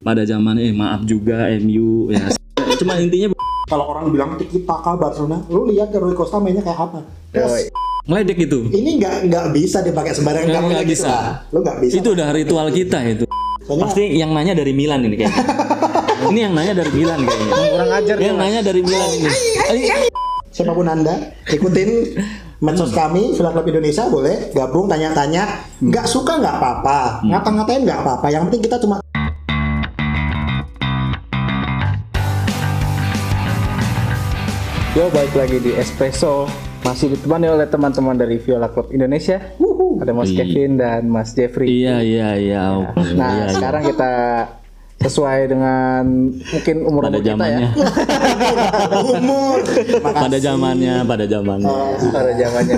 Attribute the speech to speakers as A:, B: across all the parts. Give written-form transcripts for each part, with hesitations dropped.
A: pada zaman maaf juga MU ya. Cuma intinya
B: kalau orang bilang tiki taka Barcelona, lu lihat Rui Costa mainnya kayak apa?
A: ngeledek itu.
B: Ini nggak bisa dipakai sembarangan,
A: Nggak bisa.
B: Gitu lah. Lu nggak bisa.
A: Itu udah ritual kita itu.
B: Soalnya,
A: pasti yang nanya dari Milan ini kayaknya. Ini yang nanya dari Milan kayaknya.
C: Kurang ajar.
A: Yang nanya dari Milan ini.
B: siapapun Anda, ikutin medsos kami Villa Club Indonesia, boleh gabung tanya-tanya. Nggak suka nggak apa-apa, ngata-ngatain nggak apa-apa. Yang penting kita cuma
C: Yo, balik lagi di Espresso. Masih ditemani oleh teman-teman dari Villa Club Indonesia. Ada Mas Kevin dan Mas Jeffrey.
A: Iya.
C: Nah, sekarang kita sesuai dengan mungkin umur
A: pada
C: kita
A: zamannya.
C: ya.
B: umur.
A: pada zamannya.
C: Pada zamannya.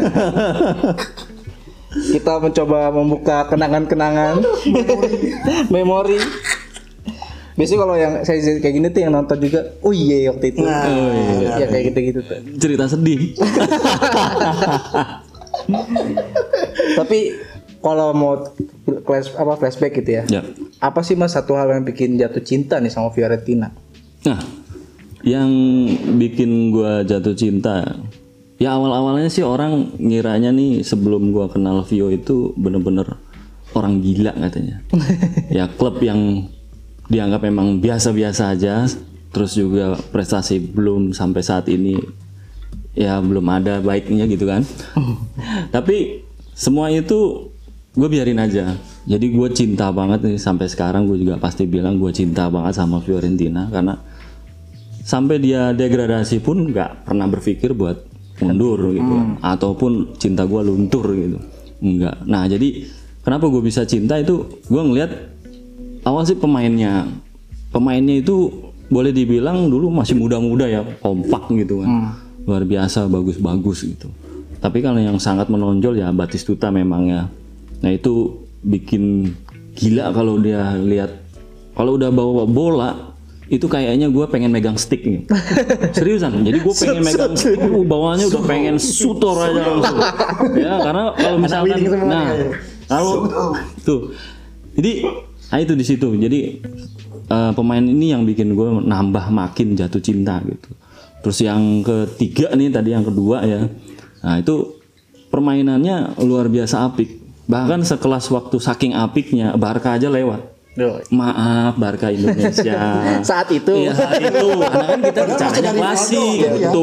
C: Kita mencoba membuka kenangan-kenangan, memori. Biasanya kalau yang saya kayak gini tuh yang nonton juga, oh iya waktu itu, ya kayak gitu-gitu tuh.
A: Cerita sedih.
C: Tapi kalau mau flashback gitu ya, apa sih Mas satu hal yang bikin jatuh cinta nih sama Fiorentina?
A: Nah, yang bikin gua jatuh cinta, ya awal-awalnya sih orang ngiranya nih sebelum gua kenal Vio itu bener-bener orang gila katanya. Ya klub yang dianggap memang biasa-biasa aja, terus juga prestasi belum sampai saat ini ya belum ada baiknya gitu kan. Tapi semua itu gue biarin aja. Jadi gue cinta banget nih sampai sekarang, gue juga pasti bilang gue cinta banget sama Fiorentina karena sampai dia degradasi pun nggak pernah berpikir buat mundur gitu ataupun cinta gue luntur gitu, enggak. Nah jadi kenapa gue bisa cinta itu, gue ngelihat awal sih pemainnya itu boleh dibilang dulu masih muda-muda ya, kompak gitu kan, luar biasa, bagus-bagus gitu. Tapi kalau yang sangat menonjol ya Batistuta memang ya. Nah itu bikin gila kalau dia lihat, kalau udah bawa bola itu kayaknya gue pengen megang stick nih. Seriusan, jadi gue pengen megang stick, bawahnya udah pengen sutor aja langsung. Ya karena kalau misalkan, nah kalau tuh, jadi nah itu di situ. Jadi pemain ini yang bikin gue nambah makin jatuh cinta gitu. Terus yang ketiga nih tadi, yang kedua ya. Nah itu permainannya luar biasa apik. Bahkan sekelas waktu saking apiknya Barca aja lewat. Maaf Barca Indonesia.
C: Saat itu.
A: Iya saat itu. Karena kan kita bicaranya klasik.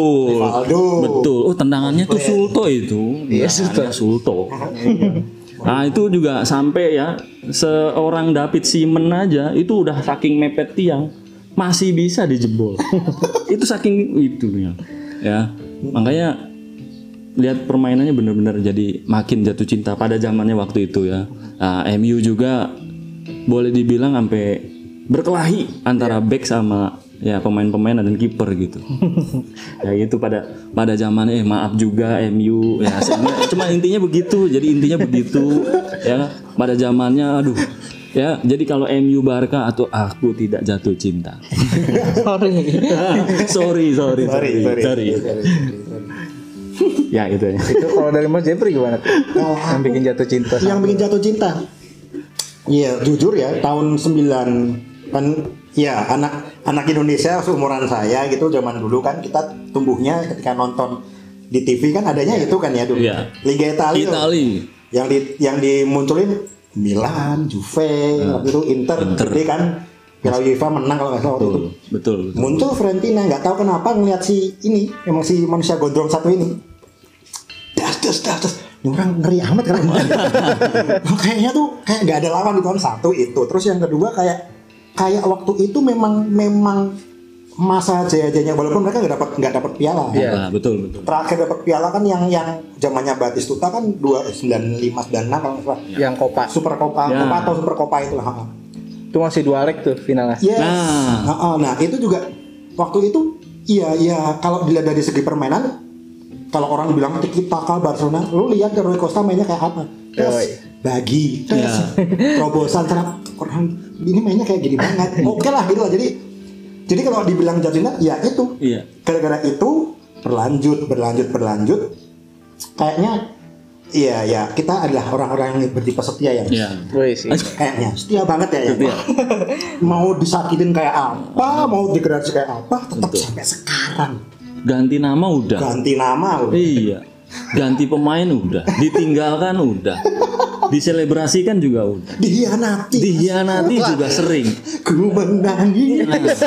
A: Betul. Oh tendangannya tuh Sulto itu.
C: Iya
A: Sulto. Nah itu juga sampai ya seorang David Simon aja itu udah saking mepet tiang masih bisa dijebol. Itu saking itunya ya. Makanya lihat permainannya benar-benar jadi makin jatuh cinta pada zamannya waktu itu ya. Nah, MU juga boleh dibilang sampai berkelahi antara back sama ya pemain-pemain dan kiper gitu. Ya itu pada zamannya maaf juga MU ya. Cuma intinya begitu. Jadi intinya begitu ya pada zamannya, aduh. Ya, jadi kalau MU Barca atau aku tidak jatuh cinta. Sorry. Ya itu ya.
C: Itu kalau dari Mas Jeffrey gimana tuh? Yang bikin jatuh cinta?
B: Yang bikin jatuh cinta. Iya, jujur ya, tahun 9 kan ya anak Indonesia seumuran saya gitu, zaman dulu kan kita tumbuhnya ketika nonton di TV kan adanya itu kan ya dulu.
A: Iya.
B: Liga Italia. Yang dimunculin Milan, Juve, waktu itu Inter. Jadi kan Piala UEFA menang kalau nggak salah waktu itu.
A: Betul.
B: Muncul Fiorentina, nggak tahu kenapa ngelihat si ini, emang si manusia gondrong satu ini. Das. Ini orang ngeri amat kan. Kayaknya tuh kayak nggak ada lawan di tahun satu itu. Terus yang kedua kayak waktu itu memang masa jaya-jayanya, walaupun mereka nggak dapat piala.
A: Iya, betul.
B: Terakhir dapat piala kan yang zamannya Batistuta kan 95-96 kalau nggak salah.
C: Yang Copa.
B: Super Copa atau Super Copa itu lah.
C: Itu masih 2 leg tuh finalnya.
B: Yes. Nah itu juga waktu itu iya kalau dilihat dari segi permainan, kalau orang bilang tiki taka Barcelona, lu lihat Rui Costa mainnya kayak apa? Bagi, terobosan, orang ini mainnya kayak gini banget. Oke lah gitu lah. Jadi kalau dibilang jadinya ya itu. Gara-gara itu berlanjut. Kayaknya Iya ya, kita adalah orang-orang yang bertipe setia ya.
A: Iya.
C: Wih sih.
B: Kayaknya setia banget ya. Ya. Mau disakitin kayak apa, mau degradasi kayak apa, tetap sampai sekarang.
A: Ganti nama udah.
B: Ganti nama udah.
A: Iya. Ganti pemain udah. Ditinggalkan udah. Diselebrasikan juga udah. Dihianati juga sering.
B: Ku menangis.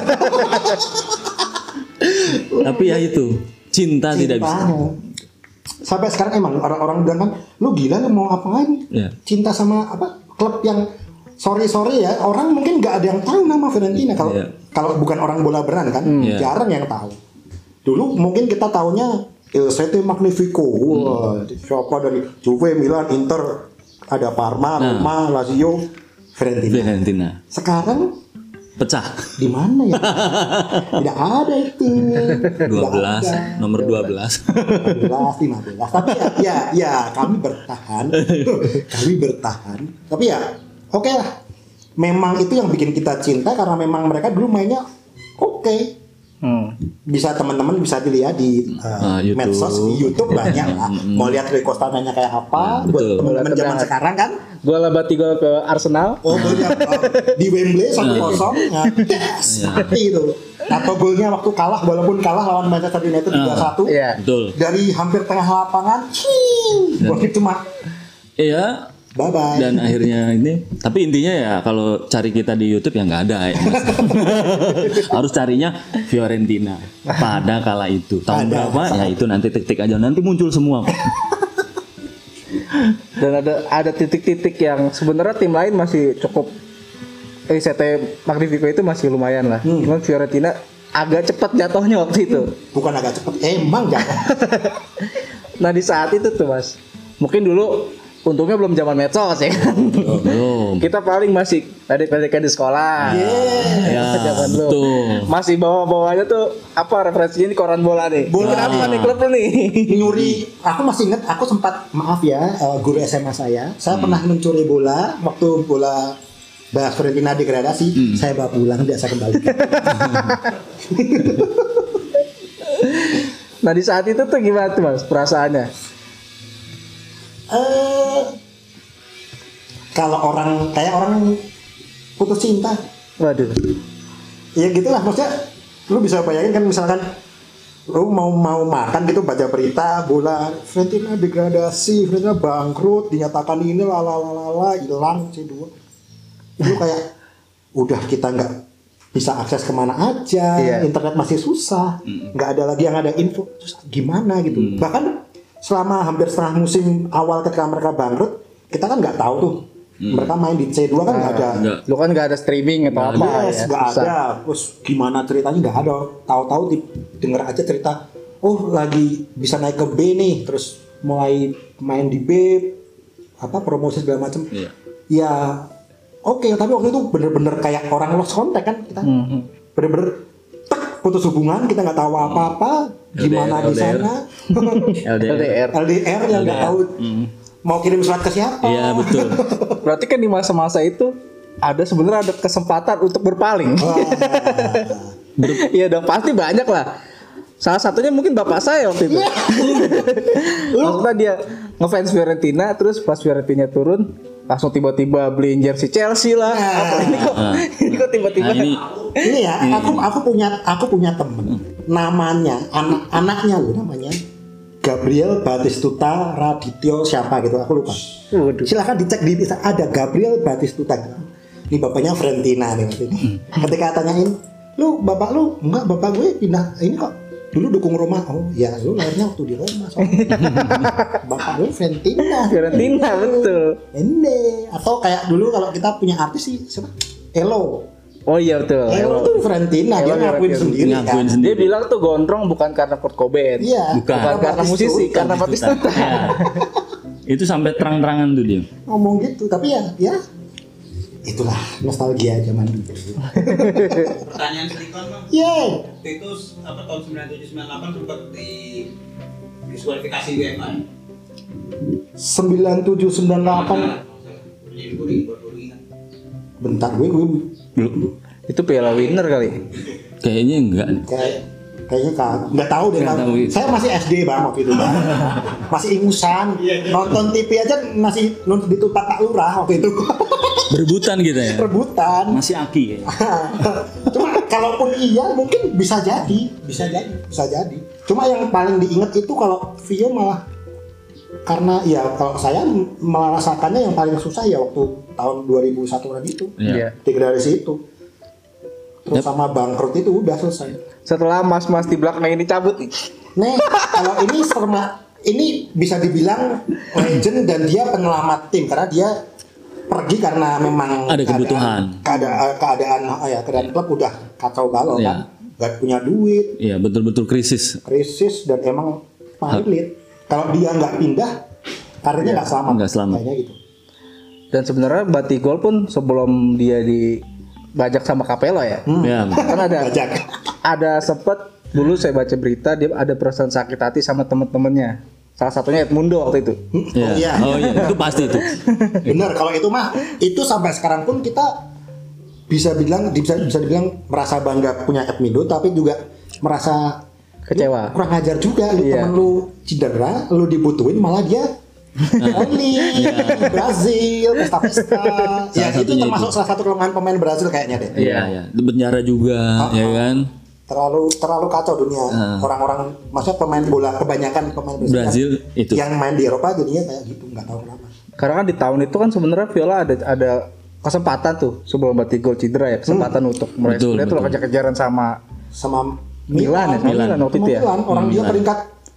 A: Tapi ya itu, cinta tidak bisa.
B: Sampai sekarang emang orang-orang bilang kan, lu gila lu mau apain?
A: Iya.
B: Cinta sama apa? Klub yang sorry ya, orang mungkin nggak ada yang tahu nama Fiorentina kalau
A: Iya.
B: kalau bukan orang bola beran kan,
A: Iya.
B: jarang yang tahu. Dulu mungkin kita taunya Il Sette Magnifico, wah, siapa dari Juve, Milan, Inter, ada Parma, Roma, Lazio, Fiorentina. Sekarang
A: Pecah.
B: di mana ya? Tidak ada itu.
A: 12, nomor 12.
B: 15. Tapi ya kami bertahan. Kami bertahan. Tapi ya oke lah. Memang itu yang bikin kita cinta karena memang mereka dulu mainnya oke. Bisa teman-teman bisa dilihat di
A: YouTube.
B: medsos, di YouTube banyak lah. Mau lihat Rui Costa mainnya kayak apa buat
A: betul.
B: teman-teman zaman sekarang kan.
C: Gol Battigol ke Arsenal.
B: Oh golnya di Wembley 1-0 ya, mati itu. Atau golnya waktu kalah walaupun kalah lawan Manchester United 3-1
C: Iya.
A: Betul.
B: dari hampir tengah lapangan, golnya cuma
A: Iya.
B: bye-bye.
A: Dan akhirnya ini, tapi intinya ya kalau cari kita di YouTube ya nggak ada ya Mas. Harus carinya Fiorentina pada kala itu. Tahun berapa? Ya itu nanti tik-tik aja, nanti muncul semua.
C: Dan ada titik-titik yang sebenarnya tim lain masih cukup Sette Magnifico itu masih lumayan lah. Cuman Fiorentina agak cepat jatuhnya waktu itu.
B: Bukan agak cepet, emang jatuh.
C: Nah di saat itu tuh Mas, mungkin dulu untungnya belum zaman medsos ya kan.
A: Belum.
C: Kita paling masih PDK di sekolah.
A: Ya,
C: Zaman dulu.
A: betul.
C: Masih bawa-bawanya tuh apa referensinya di koran bola nih.
B: Bola.
C: Kenapa nih klub lu nih?
B: Nyuri, aku masih ingat, aku sempat maaf ya, guru SMA saya pernah mencuri bola waktu bola bahas Fiorentina degradasi, saya bawa pulang biasa kembali.
C: Nah di saat itu tuh gimana tuh Mas perasaannya?
B: Kalau kayak orang putus cinta,
C: Waduh.
B: ya gitulah maksudnya. Lu bisa bayangin kan misalkan lu mau makan gitu baca berita bola Fiorentina degradasi, Fiorentina bangkrut, dinyatakan ini lalalala hilang C2. Itu kayak udah kita nggak bisa akses kemana aja, internet masih susah, nggak ada lagi yang ada info, terus gimana gitu. Bahkan selama hampir setengah musim awal ketika mereka bangkrut, kita kan nggak tahu tuh mereka main di C2 kan nggak ada.
C: Lu kan nggak ada streaming atau apa
B: Yes,
C: ya?
B: nggak ada. Terus gimana ceritanya nggak ada. Tahu-tahu denger aja cerita. Oh lagi bisa naik ke B nih. Terus mulai main di B. Apa promosi segala macam.
A: Iya.
B: Ya oke. Tapi waktu itu bener-bener kayak orang lost contact kan kita. Bener-bener putus hubungan. Kita nggak tahu apa-apa. Gimana di
A: LDR.
B: sana.
C: LDR.
B: LDR yang nggak tahu mau kirim surat ke siapa.
A: Iya betul.
C: Berarti kan di masa-masa itu sebenarnya ada kesempatan untuk berpaling. Iya dong pasti banyak lah. Salah satunya mungkin bapak saya waktu itu. Maksudnya dia ngefans Fiorentina, terus pas Fiorentina turun langsung tiba-tiba beli jersey Chelsea lah. Apa ini kok tiba-tiba?
A: Nah,
B: Ini ya, aku punya temen namanya anaknya loh namanya Gabriel Batistuta Radityo siapa gitu aku lupa.
C: Waduh.
B: Silahkan dicek di ada Gabriel Batistuta. Ini bapaknya Fiorentina nih waktu ini. Ketika tanyain, lu bapak lu enggak bapak gue pindah ini kok dulu dukung Roma. Oh ya lu lahirnya waktu di Roma soalnya. Bapak gue Fiorentina.
C: Fiorentina betul.
B: Ini atau kayak dulu kalau kita punya artis sih siapa? Elo.
C: Oh iya betul.
B: Elo tuh Fiorentina dia
C: Elo
B: ngakuin
C: Fiorentina.
B: sendiri kan.
A: Ngakuin
C: Dia
A: sendiri.
C: bilang tuh gondrong bukan karena Kurt Cobain.
B: Iya.
A: Bukan.
C: Karena musisi, karena Batistuta.
A: Ya. Itu sampai terang-terangan tuh dia.
B: Ngomong gitu tapi ya itulah nostalgia zaman dulu.
D: Pertanyaan sedikit bang.
B: Yeay.
D: Waktu itu tahun 97-98 sempat di diskualifikasi UEFA.
B: 9798
D: Jadi gue ingat.
B: bentar gue
A: Belum.
C: Itu Piala Winner kali.
A: Kayaknya enggak nih.
B: kayak Kayaknya kan, nggak tahu deh.
A: Nggak
B: Bang.
A: tahu.
B: Saya masih SD bang waktu itu bang, masih ingusan, nonton TV aja masih nonton di tempat Pak Lurah waktu itu,
A: Berebutan gitu ya.
B: rebutan.
A: Masih aki ya.
B: Cuma kalaupun iya mungkin bisa jadi. Cuma yang paling diingat itu kalau Vio malah karena ya kalau saya merasakannya yang paling susah ya waktu tahun 2001 itu,
A: Iya.
B: degradasi itu. Terus sama bangkrut itu udah selesai.
C: Setelah mas-mas di belakang ini cabut nih.
B: Nih, kalau ini bisa dibilang legend dan dia penyelamat tim karena dia pergi karena memang
A: Ada kebutuhan.
B: keadaan klub udah kacau balau
A: Iya.
B: kan, gak punya duit,
A: Iya, betul-betul krisis.
B: dan emang pilot. Kalau dia nggak pindah, karirnya nggak selamat.
A: Nggak selamat.
B: Kayaknya gitu.
C: Dan sebenarnya Batigol pun sebelum dia dibajak sama Capello ya.
A: Ya,
C: Kan
B: Bajak.
C: ada sempet dulu saya baca berita dia ada perasaan sakit hati sama temen-temennya. Salah satunya Edmundo waktu itu.
A: iya. Oh iya, itu pasti itu.
B: Bener, kalau itu mah itu sampai sekarang pun kita bisa dibilang merasa bangga punya Edmundo, tapi juga merasa
C: Kecewa.
B: kurang ajar juga lu
C: Iya.
B: temen lu cedera, lu dibutuhin malah dia only Brazil pesta-pesta. Ya
A: Salah
B: itu
A: satunya
B: termasuk salah satu kelemahan pemain Brazil kayaknya deh.
A: Iya, iya. Penjara juga, ya kan?
B: Terlalu kacau dunia. Orang-orang maksudnya pemain bola kebanyakan pemain
A: Brazil
B: yang,
A: itu.
B: yang main di Eropa jadinya kayak gitu, nggak tahu kenapa.
C: Karena kan di tahun itu kan sebenarnya Viola ada kesempatan tuh sebelum Batigol cedera ya, kesempatan untuk meraih
A: Betul,
C: dia tuh
A: betul.
C: kejar-kejaran sama
B: Sama
C: Milan ya, sama Milan waktu itu ya.
B: Milan. Orang dia peringkat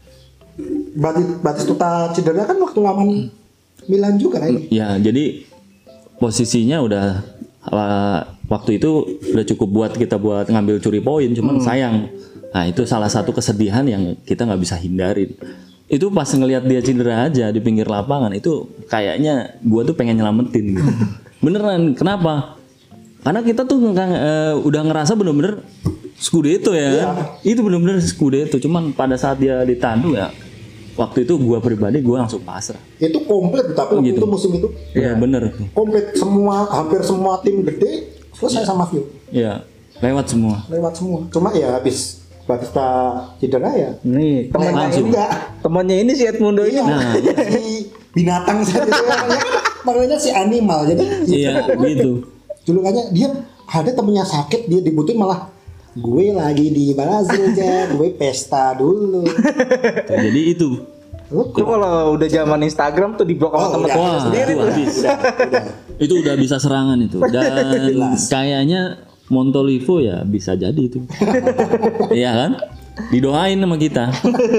B: Batistuta cedera kan waktu lawan Milan juga kan ini.
A: Ya, jadi posisinya udah waktu itu udah cukup buat kita buat ngambil curi poin, cuman sayang. Nah, itu salah satu kesedihan yang kita nggak bisa hindarin. Itu pas ngelihat dia cedera aja di pinggir lapangan itu kayaknya gua tuh pengen nyelamatin gitu. Beneran, kenapa? Karena kita tuh udah ngerasa bener-bener Scudetto ya. Itu bener-bener Scudetto, cuman pada saat dia ditandu ya waktu itu gua pribadi gua langsung pasrah.
B: Itu komplit tapi waktu
A: Gitu.
B: itu musim itu
A: Bener.
B: komplit hampir semua tim gede selesai sama Vio.
A: Iya, lewat semua.
B: Lewat semua. Cuma ya habis Batista cedera ya.
C: Nih temannya
A: Langsung.
C: ini, temannya ini si Edmundo ini.
B: Nah, si binatang saja makanya si animal. Jadi
A: Iya, gitu.
B: julukannya dia ada temennya sakit dia dibutuhin malah gue lagi di Brazil aja, gue pesta dulu.
A: Tuh, jadi itu.
B: Lu
C: Lu kalau udah zaman Instagram tuh di blok sama temen
B: udah.
A: Wah,
C: sendiri
A: itu
C: tuh.
A: habis.
B: udah.
A: Itu udah bisa serangan itu. Dan kayaknya Montolivo ya bisa jadi itu. Iya kan? Didoain sama kita.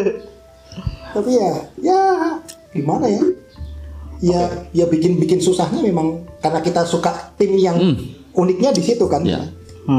B: Tapi ya gimana ya? Ya bikin susahnya memang karena kita suka tim yang uniknya di situ kan.
A: Ya.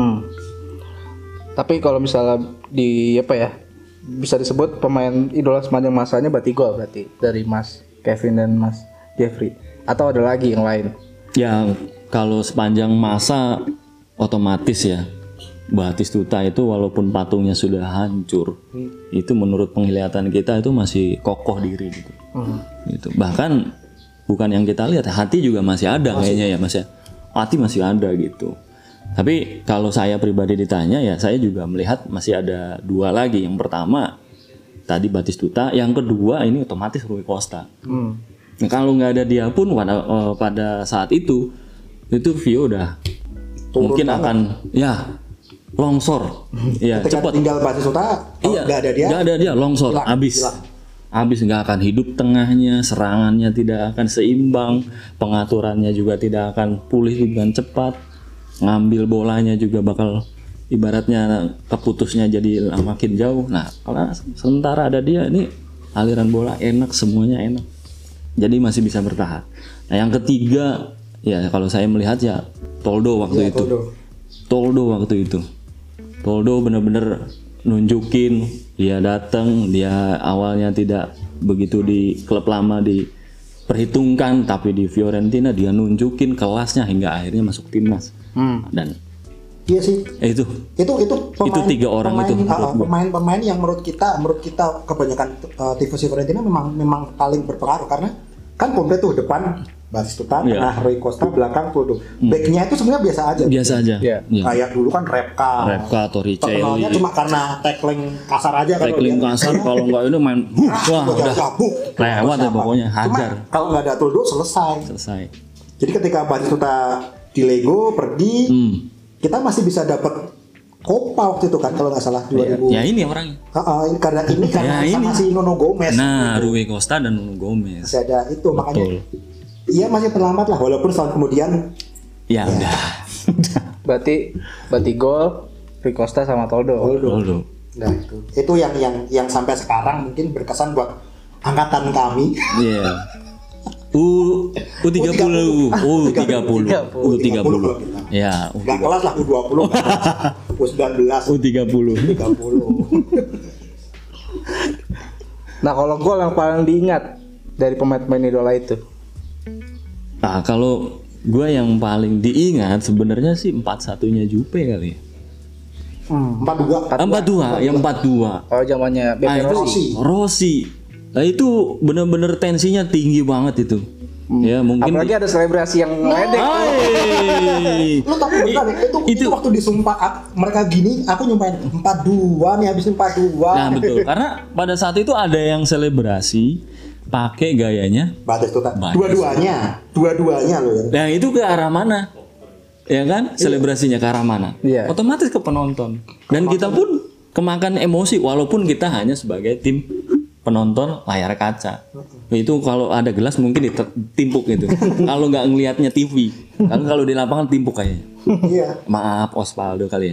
C: Tapi kalau misalnya di apa ya bisa disebut pemain idola sepanjang masanya Batigol berarti dari Mas Kevin dan Mas Jeffrey atau ada lagi yang lain?
A: Ya kalau sepanjang masa otomatis ya Batistuta itu walaupun patungnya sudah hancur, itu menurut penglihatan kita itu masih kokoh diri gitu. Gitu. Bahkan bukan yang kita lihat, hati juga masih ada kayaknya ya Mas ya. Hati masih ada gitu. Tapi kalau saya pribadi ditanya ya saya juga melihat masih ada dua lagi. Yang pertama tadi Batistuta, yang kedua ini otomatis Rui Costa. Nah, kalau nggak ada dia pun pada saat itu Vio udah mungkin akan ya longsor. Ya
B: Ketika
A: cepat.
B: tinggal Batistuta,
A: Iya,
B: nggak ada dia.
A: nggak ada dia longsor,
B: hilang,
A: habis.
B: hilang.
A: Habis, nggak akan hidup tengahnya, serangannya tidak akan seimbang, pengaturannya juga tidak akan pulih dengan cepat, ngambil bolanya juga bakal ibaratnya keputusnya jadi makin jauh. Nah, kalau sementara ada dia ini aliran bola enak, semuanya enak, jadi masih bisa bertahan. Nah, yang ketiga ya kalau saya melihat ya Toldo waktu itu. Toldo waktu itu. Toldo bener-bener nunjukin dia datang, dia awalnya tidak begitu di klub lama diperhitungkan, tapi di Fiorentina dia nunjukin kelasnya hingga akhirnya masuk timnas. Dan
B: Iya sih.
A: itu
B: Itu
A: tiga orang itu menurut gua.
B: pemain yang menurut kita kebanyakan tifus Fiorentina memang paling berpengaruh karena kan komplit tuh depan Batistuta,
A: Iya.
B: tengah Rui Costa, belakang Toldo. Backnya itu sebenarnya biasa aja.
A: Biasa aja.
C: Iya.
A: Iya.
B: Kayak dulu kan Repka
A: Torricelli.
B: cuma karena tackling kasar aja kan.
A: Tackling kasar, kalau nggak ini main wah udah lewat ya pokoknya, hajar.
B: Cuma kalau nggak ada Toldo selesai.
A: Selesai.
B: Jadi ketika Batistuta di Lego pergi, kita masih bisa dapat Copa waktu itu kan kalau nggak salah 2000.
A: Ya ini orangnya.
B: Ini karena
A: Ya,
B: sama
A: ini.
B: si Nuno Gomez.
A: Nah, Rui Costa dan Nuno Gomez.
B: Masih ada itu makanya.
A: Betul.
B: Iya masih terlambat lah walaupun setahun kemudian.
A: Ya udah.
C: Berarti gol Rui Costa sama Toldo.
A: Toldo.
B: Nah itu yang sampai sekarang mungkin berkesan buat angkatan kami.
A: Iya. U30. U30. Ya,
B: Gak kelas lah U20. U19.
A: U30.
B: 30.
C: Nah kalau gol yang paling diingat dari pemain-pemain idola itu,
A: Nah, kalau gue yang paling diingat sebenarnya sih 4-1-nya Jupe kali ya.
B: 42.
A: 42, yang 42.
C: kalau zamannya
A: Nah,
C: Beppe
A: itu
C: Rossi.
A: Rossi. Nah, itu bener-bener tensinya tinggi banget itu. Ya, mungkin
C: Apalagi ada selebrasi yang ledek.
A: Hai.
B: Lu tapi benar itu waktu disumpah mereka gini, aku nyumpahin 42 nih habis 42.
A: Nah, betul. Karena pada saat itu ada yang selebrasi pakai gayanya.
B: Batistuta.
A: Batistuta.
B: Dua-duanya loh ya.
A: Nah, itu ke arah mana? Ya kan? Selebrasinya ke arah mana?
C: Iya.
A: Otomatis ke penonton. Dan kita pun kemakan emosi walaupun kita hanya sebagai tim penonton layar kaca. Itu kalau ada gelas mungkin ditimpuk gitu. Kalau nggak ngelihatnya TV. Kalau di lapangan timpuk kayaknya.
B: Iya.
A: Maaf Osvaldo kali ya.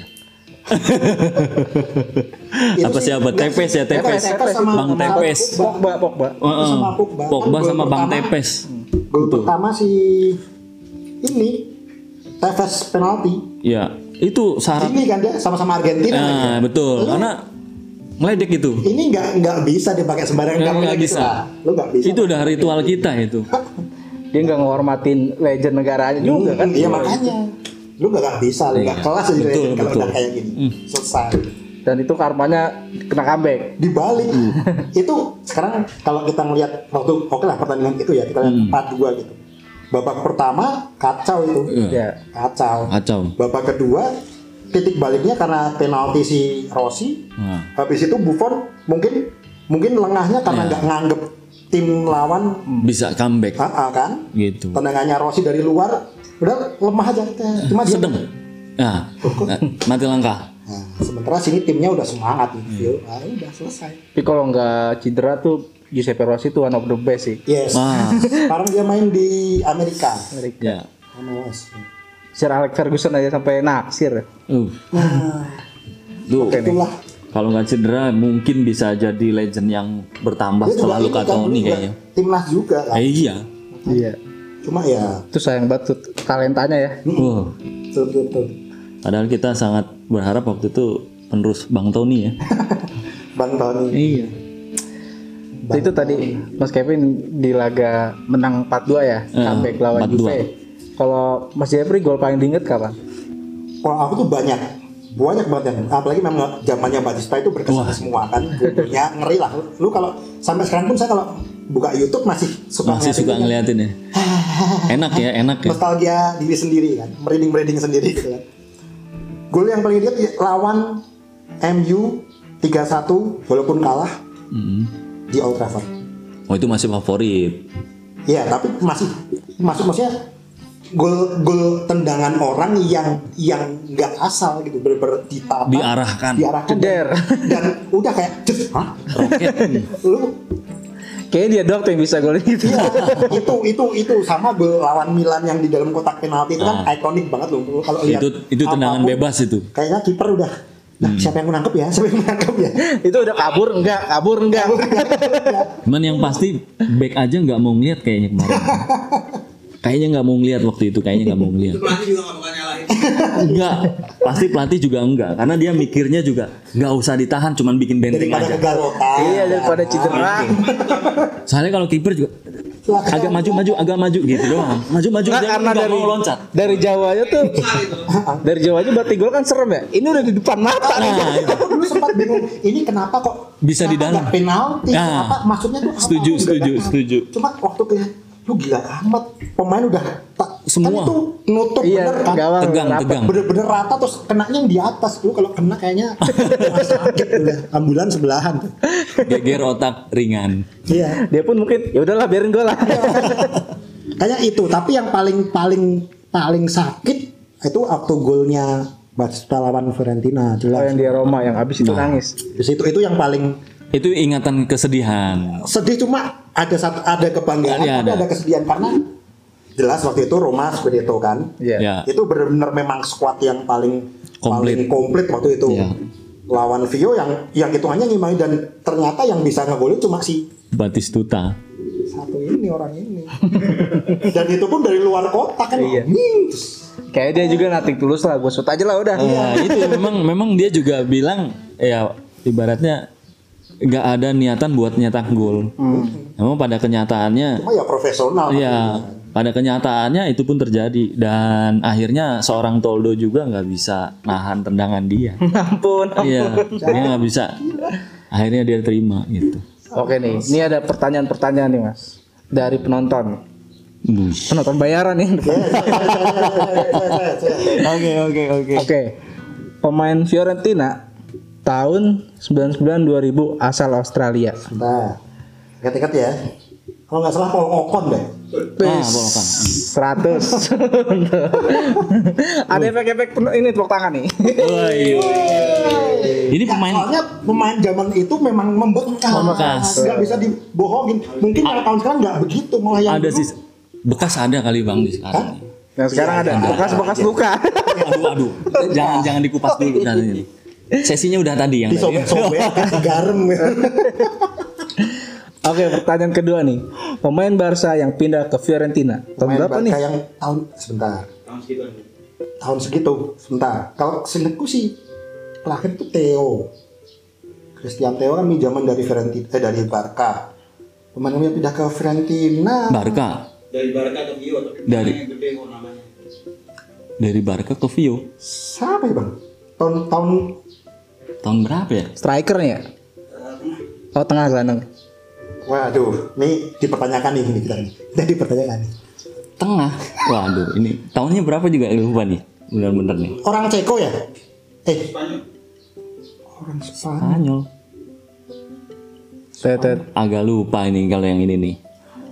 B: Itu
A: Apa
B: sih,
A: siapa?
B: enggak
A: Tepes
B: sih.
A: ya, Tepes.
B: sama
A: Bang Tepes.
C: Pogba.
A: Heeh.
B: Sama Pogba.
A: Pogba
B: Kan
A: sama
B: gol
A: Bang
B: pertama-
A: Tepes.
B: Gol pertama si ini Tevez penalti.
A: Ya, itu syarat.
B: Ini kan dia sama-sama Argentina. kan
A: Nah,
B: ya?
A: betul. Karena ngeledek itu.
B: Ini nggak bisa dipakai sembarangan.
A: Nggak
B: gitu
A: bisa.
B: lah. Lu nggak bisa.
A: Itu udah ritual kita itu.
C: Dia nggak ngehormatin legend negaranya juga kan.
B: Iya makanya. Lu nggak bisa, lu nggak
A: Iya.
B: kelas aja
A: Betul,
B: kalau
A: betul.
B: udah kayak gini. Selesai.
C: Dan itu karmanya kena comeback.
B: Dibalik. Itu sekarang kalau kita ngelihat waktu oke lah pertandingan itu ya kita lihat 4-2 gitu. Babak pertama kacau itu.
C: Ya.
B: Kacau.
A: Kacau.
B: Babak kedua titik baliknya karena penalti si Rossi.
A: Nah,
B: Habis itu Buffon mungkin lengahnya karena nggak nganggep tim lawan
A: bisa comeback
B: kan.
A: gitu.
B: Tendangannya Rossi dari luar udah lemah aja. Cuma dia
A: Sedang. Nah, mati langkah.
B: Nah, sementara sini timnya udah semangat nih, Phil. Nah, udah selesai.
C: Tapi kalau nggak cedera tuh Giuseppe Rossi itu one of the best sih.
B: Yes.
A: Wah.
B: Sekarang dia main di Amerika.
A: Ya.
B: MLS.
C: Sir Alex Ferguson aja sampai naksir.
A: Tuh,
B: Itulah.
A: kalau nggak cedera mungkin bisa jadi legend yang bertambah
B: Dia
A: setelah
B: juga
A: Luka
B: ini kan,
A: Toni
B: juga
A: kayaknya.
B: timnas juga kan.
A: Iya.
C: Iya.
B: Cuma ya
C: Itu sayang banget tuh talentanya ya.
A: Wow.
B: betul.
A: Padahal kita sangat berharap waktu itu penerus Bang Toni ya.
B: Bang Tony.
A: Iya.
C: Itu tadi Mas Kevin di laga menang 4-2 ya, comeback lawan
A: 4-2.
C: Juve. Kalau Mas Jeffrey gol paling diinget kapan?
B: Kalau aku tuh banyak banget yang apalagi memang zamannya Batista itu berkesan semua kan. Ya ngeri lah. Lu kalau sampai sekarang pun saya kalau buka YouTube masih suka
A: ngeliatin ya. Enak ya.
B: nostalgia diri sendiri kan, merinding sendiri gitu kan. Gol yang paling diingat ya, lawan MU 3-1 walaupun kalah di Old Trafford.
A: Oh, itu masih favorit.
B: Ya tapi maksudnya gol tendangan orang yang nggak asal gitu ditata,
A: Diarahkan.
C: Jeder.
B: dan udah kayak hah?
A: Roket.
B: Lu
C: Kayaknya dia doang tuh yang bisa golin gitu.
B: iya, itu sama gol lawan Milan yang di dalam kotak penalti itu kan ikonik banget loh kalau lihat.
A: Itu tendangan
B: apapun,
A: bebas itu.
B: kayaknya kiper udah siapa yang menangkap ya
C: Itu udah kabur enggak?
A: Cuman yang pasti back aja nggak mau ngeliat kayaknya kemarin. Kayaknya nggak mau ngeliat waktu itu.
D: Itu pelatih juga nggak bakal nyalahin.
A: Enggak, pasti pelatih juga enggak, karena dia mikirnya juga nggak usah ditahan, cuman bikin benteng
B: daripada
A: aja.
B: kegarotan.
C: Iya, daripada cedera.
A: Soalnya kalau kiper juga agak maju gitu doang. Maju
C: Nah,
A: dia
C: karena
A: nggak mau loncat.
C: dari Jawanya tuh
D: Besar itu.
C: dari Jawanya berarti gol kan serem ya. Ini udah di depan mata nih.
A: Nah, itu.
B: Aku dulu sempat bingung ini kenapa kok
A: Bisa di dalam.
B: nggak penalti
A: Nah,
B: apa maksudnya tuh apa?
A: setuju.
B: Cuma waktu lu gila amat, pemain udah
A: Semua.
B: kan itu nutup
C: Iya,
B: bener kan,
C: gawang
A: Tegang,
C: rapat.
A: tegang.
B: bener-bener rata terus kenanya yang di atas. Lu kalau kena kayaknya sakit udah, ambulan sebelahan.
A: Geger otak ringan.
B: Iya.
C: Dia pun mungkin ya udahlah biarin gue lah.
B: Kayak itu, tapi yang paling sakit itu waktu golnya Barca lawan Fiorentina
C: Oh,
B: jelas.
C: yang di Roma yang abis itu nangis.
B: Di situ itu yang paling
A: Itu ingatan kesedihan.
B: sedih, cuma ada kebanggaan
A: Iya,
B: tapi
A: ada.
B: ada kesedihan karena jelas waktu itu Roma seperti itu kan.
C: Iya.
A: Ya.
B: Itu benar-benar memang squad yang paling komplit waktu itu.
A: Iya.
B: Lawan Vio yang hitungannya ngimai dan ternyata yang bisa ngegolin cuma si
A: Batistuta.
B: satu ini orang ini. Dan itu pun dari luar kota kan.
C: Iya. Kayak dia juga nating tulus lah, gue shoot aja lah udah.
A: Nah, itu memang dia juga bilang ya ibaratnya nggak ada niatan buat nyetak gol. Memang pada kenyataannya
B: Cuma ya profesional.
A: ya pada kenyataannya itu pun terjadi dan akhirnya seorang Toldo juga nggak bisa nahan tendangan dia.
C: Ampun.
A: Iya, dia nggak bisa. Akhirnya dia terima gitu.
C: Oke nih, ini ada pertanyaan-pertanyaan nih mas dari penonton.
A: Bush.
C: Penonton bayaran nih.
A: Oke.
C: Oke. Pemain Fiorentina tahun 99-2000 asal Australia.
B: Nah, ingat-ingat ya. Kalau nggak salah Paul Ocon deh.
A: Bolokan.
C: 100. Ada efek-efek ini tepuk tangan nih.
A: Ini
B: Ya,
A: pemain
B: soalnya pemain zaman itu memang membekas. Nggak bisa dibohongin. Mungkin kalau tahun sekarang nggak begitu, malah yang
A: ada
B: dulu-
A: sih bekas ada kali Bang di sekarang.
C: Yang sekarang ada bekas-bekas luka.
A: Aduh. Jangan dikupas dulu nanti. Sesinya udah tadi yang tadi.
B: disobek-sobek kasih garam.
C: Oke, pertanyaan kedua nih. Pemain Barca yang pindah ke Fiorentina. Tahun
B: Pemain
C: berapa
B: Barca
C: nih?
B: yang sebentar.
D: Tahun segitu.
B: Tahun segitu, sebentar. Kalau seingatku sih terakhir itu Theo. Christian Theo kan pinjaman dari Fiorentina, dari Barca. Pemain yang pindah ke Fiorentina.
A: Barca.
D: Dari Barca ke Vio tapi
A: Dari-
D: yang gede kok namanya.
A: Dari Barca ke Vio.
B: Siapa ya bang?
A: Tahun berapa ya?
C: Strikernya. Oh, tengah gelandang.
B: Waduh, ini dipertanyakan nih ini kita nih. Kita dipertanyakan nih.
A: Tengah. Waduh, ini tahunnya berapa juga lupa nih. Bener-bener nih.
B: Orang Ceko ya?
D: Spanyol.
B: Orang Spanyol.
A: Spanyol.
C: Tetet.
A: Agak lupa ini kalau yang ini nih.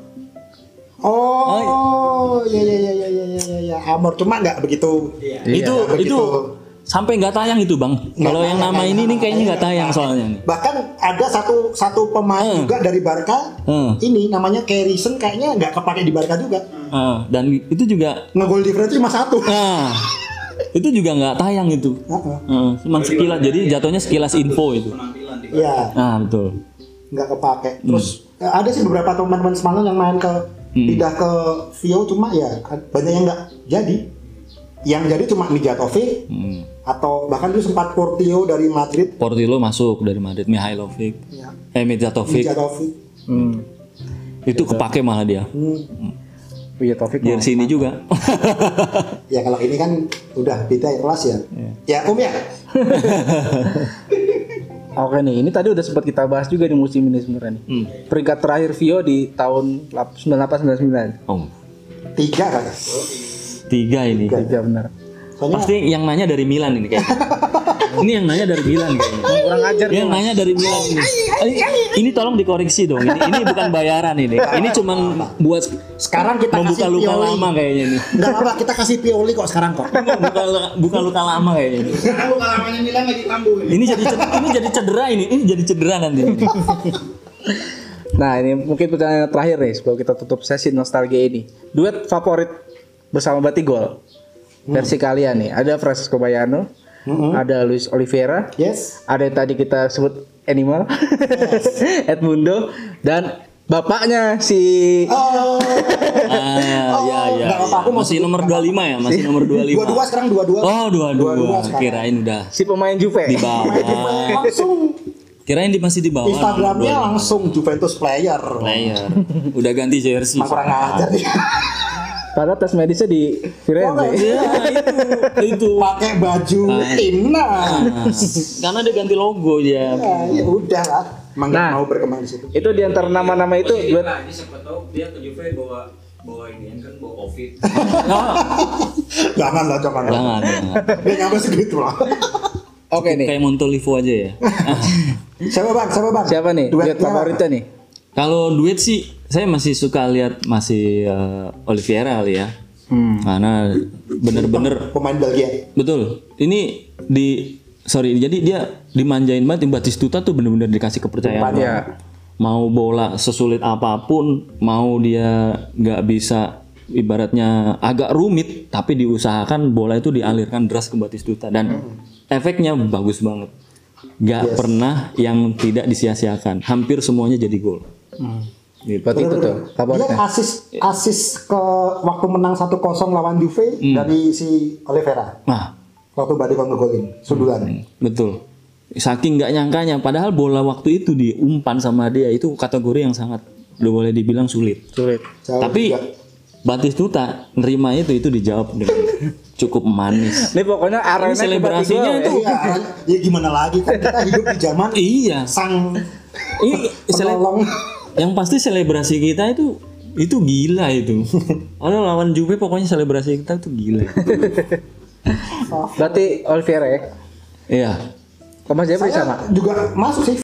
B: Oh, ya. Amor cuma nggak begitu.
A: Itu
B: nggak begitu.
A: sampai nggak tayang itu Bang. Kalau yang nama ini nih kayaknya nggak tayang soalnya nih.
B: Bahkan ada satu pemain juga dari Barca. Ini namanya Kerrison kayaknya nggak kepake di Barca juga.
A: Dan itu juga
B: Ngegol difference cuma satu.
A: itu juga nggak tayang itu. Cuma sekilas, jadi jatuhnya sekilas info itu.
D: Penampilan di
B: Iya,
A: Betul.
B: nggak kepake. Terus ada sih beberapa teman-teman Spanyol yang main ke pindah ke Vio, cuma ya banyak yang nggak jadi. Yang jadi cuma Mijatovic atau bahkan dulu sempat Portillo dari Madrid.
A: Portillo masuk dari Madrid, Mihailovic,
B: Ya,
A: Mijatovic.
B: Mijatovic.
A: Itu kepake malah dia.
C: Iya, Taufik.
A: Jersey ini juga.
B: Ya kalau ini kan udah beda ya kelas ya. Ya ya.
C: Oke nih, ini tadi udah sempat kita bahas juga di musim ini sebenarnya. Peringkat terakhir Vio di tahun 98-99.
A: Oh,
B: 3 kan.
A: 3 ini.
C: Tiga benar.
B: Soalnya
A: Pasti yang nanya dari Milan ini kayaknya. Ini yang nanya dari Milan kayaknya.
C: Kurang ajar
A: Yang nanya dari Milan ini. Ini tolong dikoreksi dong. Ini bukan bayaran ini. Ini cuma buat
B: sekarang kita
A: membuka
B: kasih
A: luka
B: Pioli.
A: lama kayaknya nih.
B: Enggak apa, kita kasih Pioli kok sekarang kok.
A: Buka luka lama kayaknya nih.
D: Aku kalamanya Milan lagi kambuh ini.
A: Ini jadi cedera ini. Ini jadi cedera nanti.
C: Nah, ini mungkin pertanyaan terakhir nih sebelum kita tutup sesi nostalgia ini. Duet favorit bersama Batigol. Versi kalian nih. Ada Francesco Baiano, ada Luis Oliveira,
B: Yes.
C: ada yang tadi kita sebut Animal, Edmundo, dan bapaknya si
B: Oh,
A: Ya.
B: nggak apa-apa, aku
A: Masih nomor 25 ya? Masih nomor 25.
B: 22 sekarang 22.
A: Oh, 22.
B: sekarang.
A: Kirain udah
C: si pemain Juve.
A: di bawah.
B: Langsung
A: Kirain masih di bawah.
B: Instagramnya langsung Juventus player.
A: Player. Udah ganti jersey.
B: Emang kurang ajar nih.
C: Padahal tes medisnya di Firenze.
A: Ya, itu.
B: Pakai baju timnas.
A: Karena dia ganti logo ya.
B: Ya udah lah. Emang nggak
C: Nah.
B: mau berkembang di situ.
C: Itu di antara nama-nama itu duet
D: Ini siapa tahu dia ke Juve bawa bawa ini kan bawa covid.
B: Jangan lah, jangan.
A: Jangan.
B: Dia nyampe segitu lah.
C: Oke nih.
A: Kayak Montolivo aja ya.
B: Siapa bang?
C: Siapa nih? Duet favoritnya nih.
A: Kalau duet sih saya masih suka lihat masih Oliveira kali ya. Karena bener-bener
B: Pemain Belgia.
A: betul. Ini jadi dia dimanjain banget. Batistuta tuh bener-bener dikasih kepercayaan.
C: Ya.
A: Mau bola sesulit apapun, mau dia nggak bisa ibaratnya agak rumit, tapi diusahakan bola itu dialirkan deras ke Batistuta dan efeknya bagus banget. Nggak pernah yang tidak disia-siakan. Hampir semuanya jadi gol. Gitu.
C: Berarti itu tuh
B: Dia
C: favoritnya.
B: asis ke waktu menang 1-0 lawan Juve dari si Oliveira.
A: Nah,
B: Waktu Badekon ngegolin sundulan.
A: betul. Saking nggak nyangkanya, padahal bola waktu itu diumpan sama dia itu kategori yang sangat udah boleh dibilang sulit.
C: Sulit.
B: Jauh
A: Tapi
B: juga.
A: Batistuta nerima itu dijawab dengan cukup manis.
C: Ini pokoknya arena
A: Ini selebrasinya
C: tiba-tiba,
A: tuh.
B: Iya, ya gimana lagi kan kita hidup di zaman
A: Iya.
B: sang
A: Ini
B: penolong.
A: yang pasti selebrasi kita itu gila itu. Kalau lawan Juve pokoknya selebrasi kita itu gila.
C: Berarti Oliveira ya.
A: Iya.
C: Sama Jeffrey sama.
B: Saya juga masuk sih